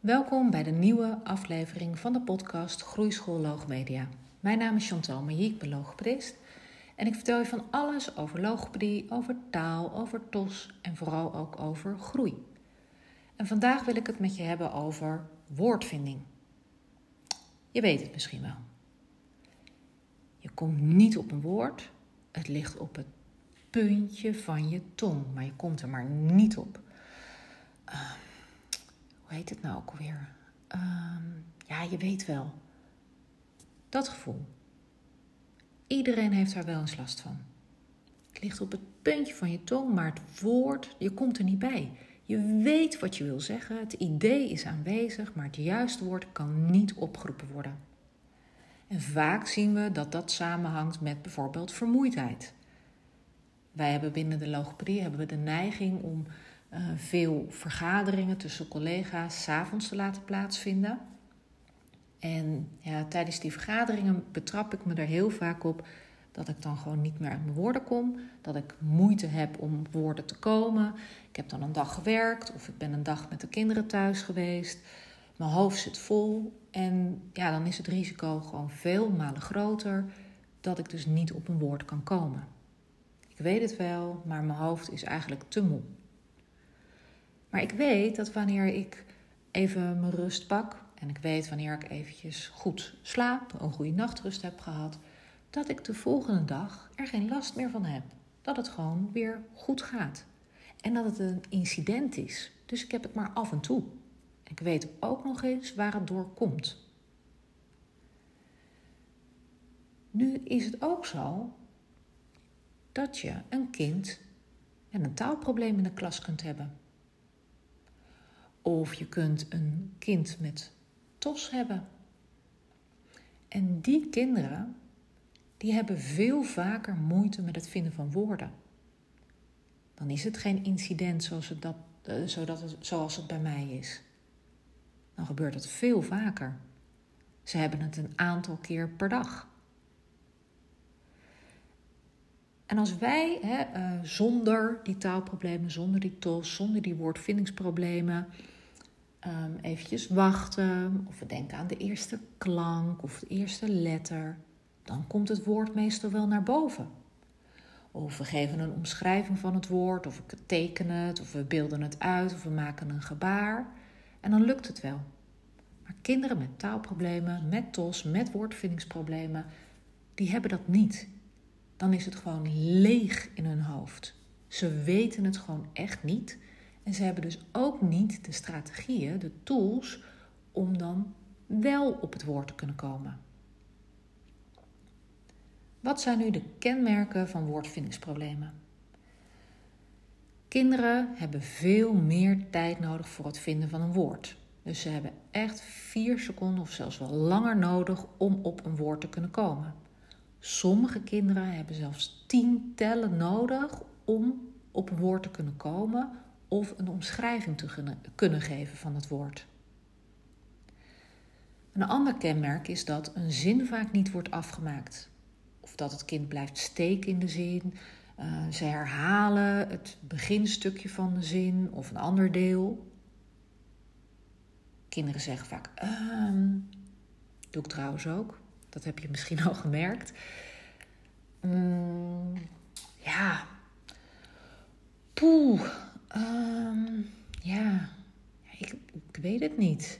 Welkom bij de nieuwe aflevering van de podcast Groeischool Logomedia. Mijn naam is Chantal Mailly, ik ben logopedist en ik vertel je van alles over logopedie, over taal, over TOS en vooral ook over groei. En vandaag wil ik het met je hebben over woordvinding. Je weet het misschien wel. Je komt niet op een woord, het ligt op het puntje van je tong, maar je komt er maar niet op. Hoe heet het nou ook alweer? Ja, je weet wel. Dat gevoel. Iedereen heeft daar wel eens last van. Het ligt op het puntje van je tong, maar het woord, je komt er niet bij. Je weet wat je wil zeggen, het idee is aanwezig, maar het juiste woord kan niet opgeroepen worden. En vaak zien we dat dat samenhangt met bijvoorbeeld vermoeidheid. Wij hebben binnen de logopedie de neiging om veel vergaderingen tussen collega's 's avonds te laten plaatsvinden. En ja, tijdens die vergaderingen betrap ik me er heel vaak op dat ik dan gewoon niet meer uit mijn woorden kom. Dat ik moeite heb om op woorden te komen. Ik heb dan een dag gewerkt of ik ben een dag met de kinderen thuis geweest. Mijn hoofd zit vol en ja, dan is het risico gewoon veel malen groter dat ik dus niet op een woord kan komen. Ik weet het wel, maar mijn hoofd is eigenlijk te moe. Maar ik weet dat wanneer ik even mijn rust pak en ik weet wanneer ik eventjes goed slaap, een goede nachtrust heb gehad, dat ik de volgende dag er geen last meer van heb. Dat het gewoon weer goed gaat. En dat het een incident is. Dus ik heb het maar af en toe. Ik weet ook nog eens waar het door komt. Nu is het ook zo dat je een kind en een taalprobleem in de klas kunt hebben. Of je kunt een kind met TOS hebben. En die kinderen, die hebben veel vaker moeite met het vinden van woorden. Dan is het geen incident zoals het bij mij is. Dan gebeurt het veel vaker. Ze hebben het een aantal keer per dag. En als wij zonder die taalproblemen, zonder die TOS, zonder die woordvindingsproblemen eventjes wachten, of we denken aan de eerste klank of de eerste letter, dan komt het woord meestal wel naar boven. Of we geven een omschrijving van het woord, of we tekenen het, of we beelden het uit, of we maken een gebaar. En dan lukt het wel. Maar kinderen met taalproblemen, met TOS, met woordvindingsproblemen, die hebben dat niet. Dan is het gewoon leeg in hun hoofd. Ze weten het gewoon echt niet. En ze hebben dus ook niet de strategieën, de tools, om dan wel op het woord te kunnen komen. Wat zijn nu de kenmerken van woordvindingsproblemen? Kinderen hebben veel meer tijd nodig voor het vinden van een woord. Dus ze hebben echt 4 seconden of zelfs wel langer nodig om op een woord te kunnen komen. Sommige kinderen hebben zelfs 10 tellen nodig om op een woord te kunnen komen of een omschrijving te kunnen geven van het woord. Een ander kenmerk is dat een zin vaak niet wordt afgemaakt. Of dat het kind blijft steken in de zin. Ze herhalen het beginstukje van de zin of een ander deel. Kinderen zeggen vaak, doe ik trouwens ook. Dat heb je misschien al gemerkt. Ja. Poeh. Ja. Ik weet het niet.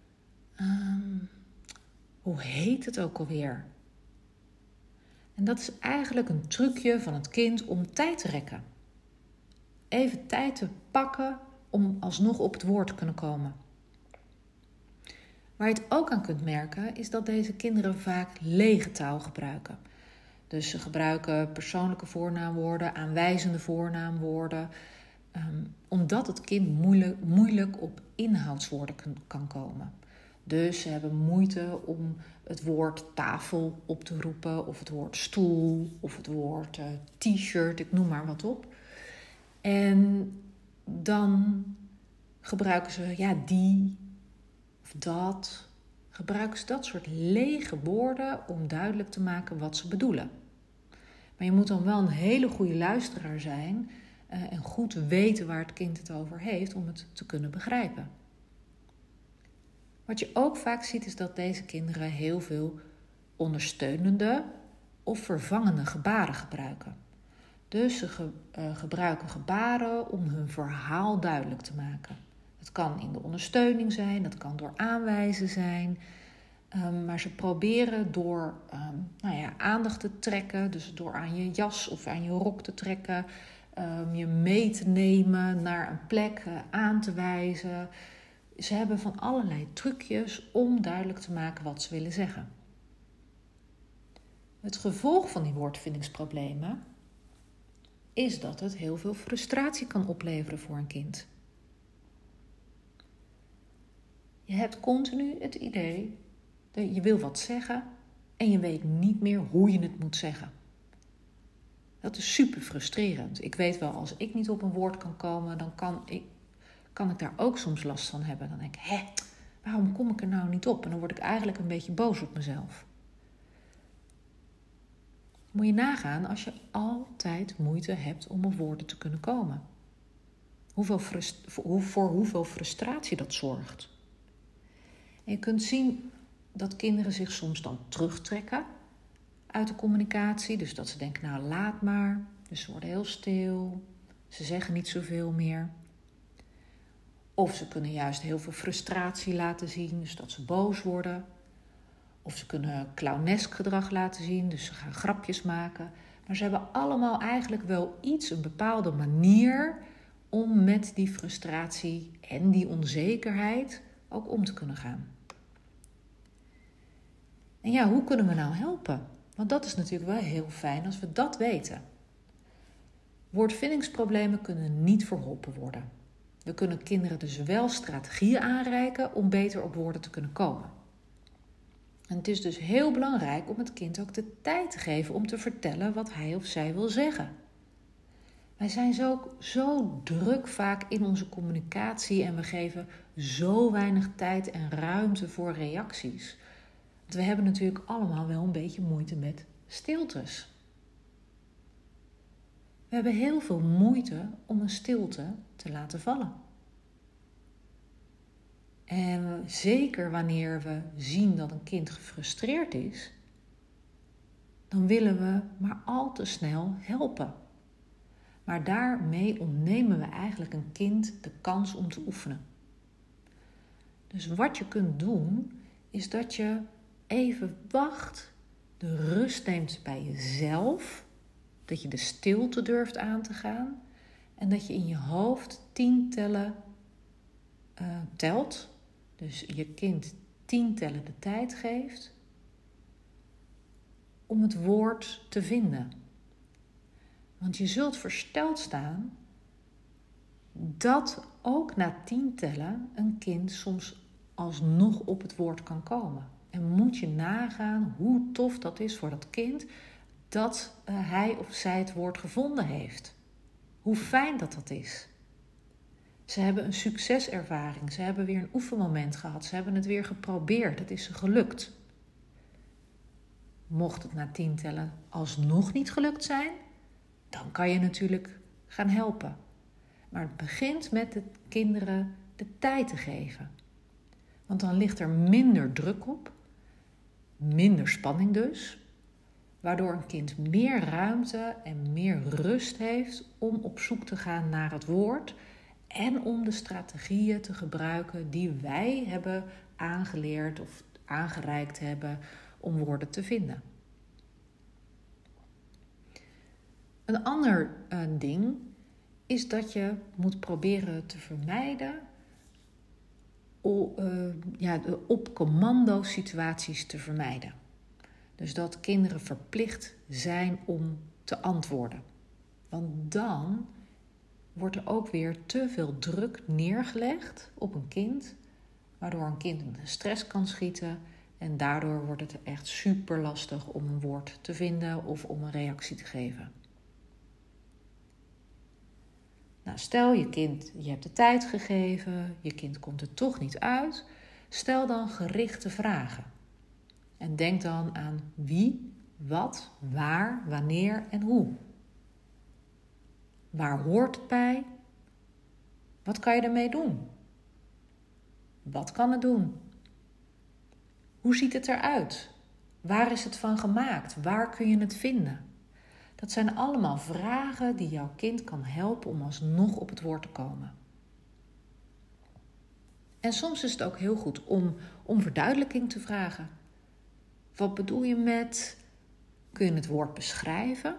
Hoe heet het ook alweer? En dat is eigenlijk een trucje van het kind om tijd te rekken. Even tijd te pakken om alsnog op het woord te kunnen komen. Waar je het ook aan kunt merken is dat deze kinderen vaak lege taal gebruiken. Dus ze gebruiken persoonlijke voornaamwoorden, aanwijzende voornaamwoorden, omdat het kind moeilijk op inhoudswoorden kan komen. Dus ze hebben moeite om het woord tafel op te roepen, of het woord stoel, of het woord t-shirt, ik noem maar wat op. En dan gebruiken ze die of dat. Gebruiken ze dat soort lege woorden om duidelijk te maken wat ze bedoelen. Maar je moet dan wel een hele goede luisteraar zijn en goed weten waar het kind het over heeft om het te kunnen begrijpen. Wat je ook vaak ziet is dat deze kinderen heel veel ondersteunende of vervangende gebaren gebruiken. Dus ze gebruiken gebaren om hun verhaal duidelijk te maken. Dat kan in de ondersteuning zijn, dat kan door aanwijzen zijn. Maar ze proberen door aandacht te trekken, dus door aan je jas of aan je rok te trekken, je mee te nemen naar een plek, aan te wijzen. Ze hebben van allerlei trucjes om duidelijk te maken wat ze willen zeggen. Het gevolg van die woordvindingsproblemen is dat het heel veel frustratie kan opleveren voor een kind. Je hebt continu het idee dat je wil wat zeggen en je weet niet meer hoe je het moet zeggen. Dat is super frustrerend. Ik weet wel, als ik niet op een woord kan komen, dan kan ik daar ook soms last van hebben. Dan denk ik, waarom kom ik er nou niet op? En dan word ik eigenlijk een beetje boos op mezelf. Moet je nagaan als je altijd moeite hebt om op woorden te kunnen komen. Voor hoeveel frustratie dat zorgt. En je kunt zien dat kinderen zich soms dan terugtrekken uit de communicatie. Dus dat ze denken, nou laat maar. Dus ze worden heel stil. Ze zeggen niet zoveel meer. Of ze kunnen juist heel veel frustratie laten zien. Dus dat ze boos worden. Of ze kunnen clownesk gedrag laten zien. Dus ze gaan grapjes maken. Maar ze hebben allemaal eigenlijk wel een bepaalde manier om met die frustratie en die onzekerheid ook om te kunnen gaan. En ja, hoe kunnen we nou helpen? Want dat is natuurlijk wel heel fijn als we dat weten. Woordvindingsproblemen kunnen niet verholpen worden. We kunnen kinderen dus wel strategieën aanreiken om beter op woorden te kunnen komen. En het is dus heel belangrijk om het kind ook de tijd te geven om te vertellen wat hij of zij wil zeggen. Wij zijn zo druk vaak in onze communicatie en we geven zo weinig tijd en ruimte voor reacties. Want we hebben natuurlijk allemaal wel een beetje moeite met stiltes. We hebben heel veel moeite om een stilte te laten vallen. En zeker wanneer we zien dat een kind gefrustreerd is, dan willen we maar al te snel helpen. Maar daarmee ontnemen we eigenlijk een kind de kans om te oefenen. Dus wat je kunt doen, is dat je even wacht, de rust neemt bij jezelf, dat je de stilte durft aan te gaan en dat je in je hoofd 10 tellen telt. Dus je kind 10 tellen de tijd geeft om het woord te vinden. Want je zult versteld staan dat ook na 10 tellen een kind soms alsnog op het woord kan komen. En moet je nagaan hoe tof dat is voor dat kind dat hij of zij het woord gevonden heeft. Hoe fijn dat is. Ze hebben een succeservaring. Ze hebben weer een oefenmoment gehad. Ze hebben het weer geprobeerd. Het is ze gelukt. Mocht het na 10 tellen alsnog niet gelukt zijn, dan kan je natuurlijk gaan helpen. Maar het begint met de kinderen de tijd te geven. Want dan ligt er minder druk op. Minder spanning dus. Waardoor een kind meer ruimte en meer rust heeft om op zoek te gaan naar het woord. En om de strategieën te gebruiken die wij hebben aangeleerd of aangereikt hebben om woorden te vinden. Een ander ding is dat je moet proberen te vermijden de op commando situaties te vermijden. Dus dat kinderen verplicht zijn om te antwoorden. Want dan wordt er ook weer te veel druk neergelegd op een kind, waardoor een kind in de stress kan schieten en daardoor wordt het echt super lastig om een woord te vinden of om een reactie te geven. Nou, stel je hebt de tijd gegeven, je kind komt er toch niet uit, stel dan gerichte vragen. En denk dan aan wie, wat, waar, wanneer en hoe. Waar hoort het bij? Wat kan je ermee doen? Wat kan het doen? Hoe ziet het eruit? Waar is het van gemaakt? Waar kun je het vinden? Dat zijn allemaal vragen die jouw kind kan helpen om alsnog op het woord te komen. En soms is het ook heel goed om verduidelijking te vragen. Wat bedoel je met? Kun je het woord beschrijven?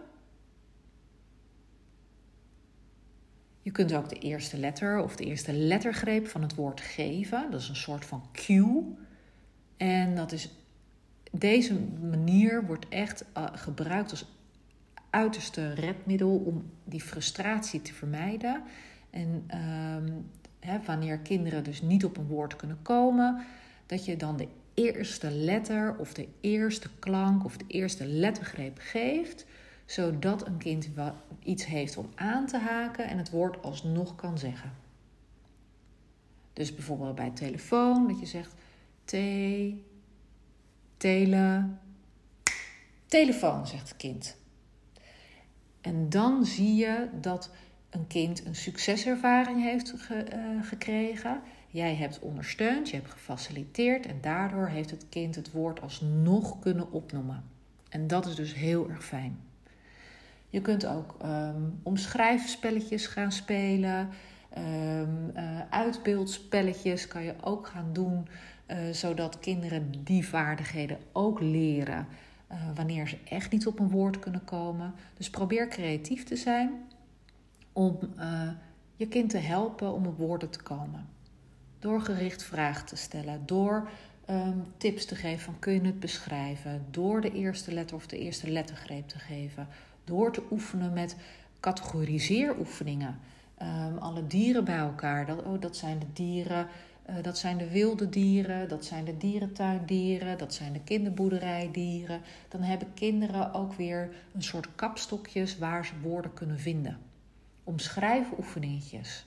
Je kunt ook de eerste letter of de eerste lettergreep van het woord geven. Dat is een soort van cue. En deze manier wordt echt gebruikt als uiterste redmiddel om die frustratie te vermijden. En wanneer kinderen dus niet op een woord kunnen komen, dat je dan de eerste letter of de eerste klank of de eerste lettergreep geeft, zodat een kind iets heeft om aan te haken en het woord alsnog kan zeggen. Dus bijvoorbeeld bij telefoon, dat je zegt telefoon, zegt het kind. En dan zie je dat een kind een succeservaring heeft gekregen. Jij hebt ondersteund, je hebt gefaciliteerd en daardoor heeft het kind het woord alsnog kunnen opnoemen. En dat is dus heel erg fijn. Je kunt ook omschrijfspelletjes gaan spelen. Uitbeeldspelletjes kan je ook gaan doen, zodat kinderen die vaardigheden ook leren wanneer ze echt niet op een woord kunnen komen. Dus probeer creatief te zijn om je kind te helpen om op woorden te komen. Door gericht vragen te stellen, door tips te geven van kun je het beschrijven, door de eerste letter of de eerste lettergreep te geven, door te oefenen met categoriseeroefeningen. Alle dieren bij elkaar, dat zijn de dieren, dat zijn de wilde dieren, dat zijn de dierentuindieren, dat zijn de kinderboerderijdieren. Dan hebben kinderen ook weer een soort kapstokjes waar ze woorden kunnen vinden. Omschrijfoefeningetjes.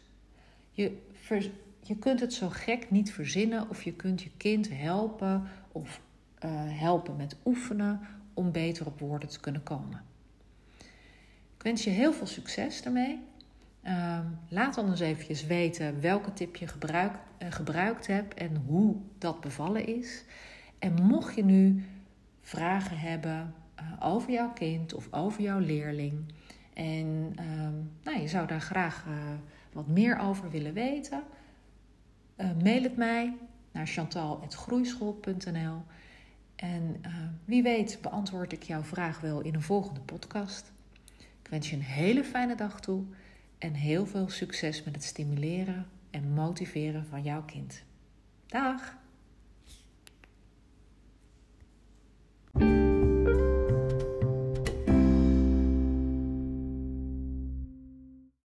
Je kunt het zo gek niet verzinnen of je kunt je kind helpen of helpen met oefenen om beter op woorden te kunnen komen. Ik wens je heel veel succes daarmee. Laat dan eens eventjes weten welke tip je gebruikt hebt en hoe dat bevallen is. En mocht je nu vragen hebben over jouw kind of over jouw leerling en je zou daar graag wat meer over willen weten, mail het mij naar chantal@groeischool.nl en wie weet beantwoord ik jouw vraag wel in een volgende podcast. Ik wens je een hele fijne dag toe en heel veel succes met het stimuleren en motiveren van jouw kind. Dag!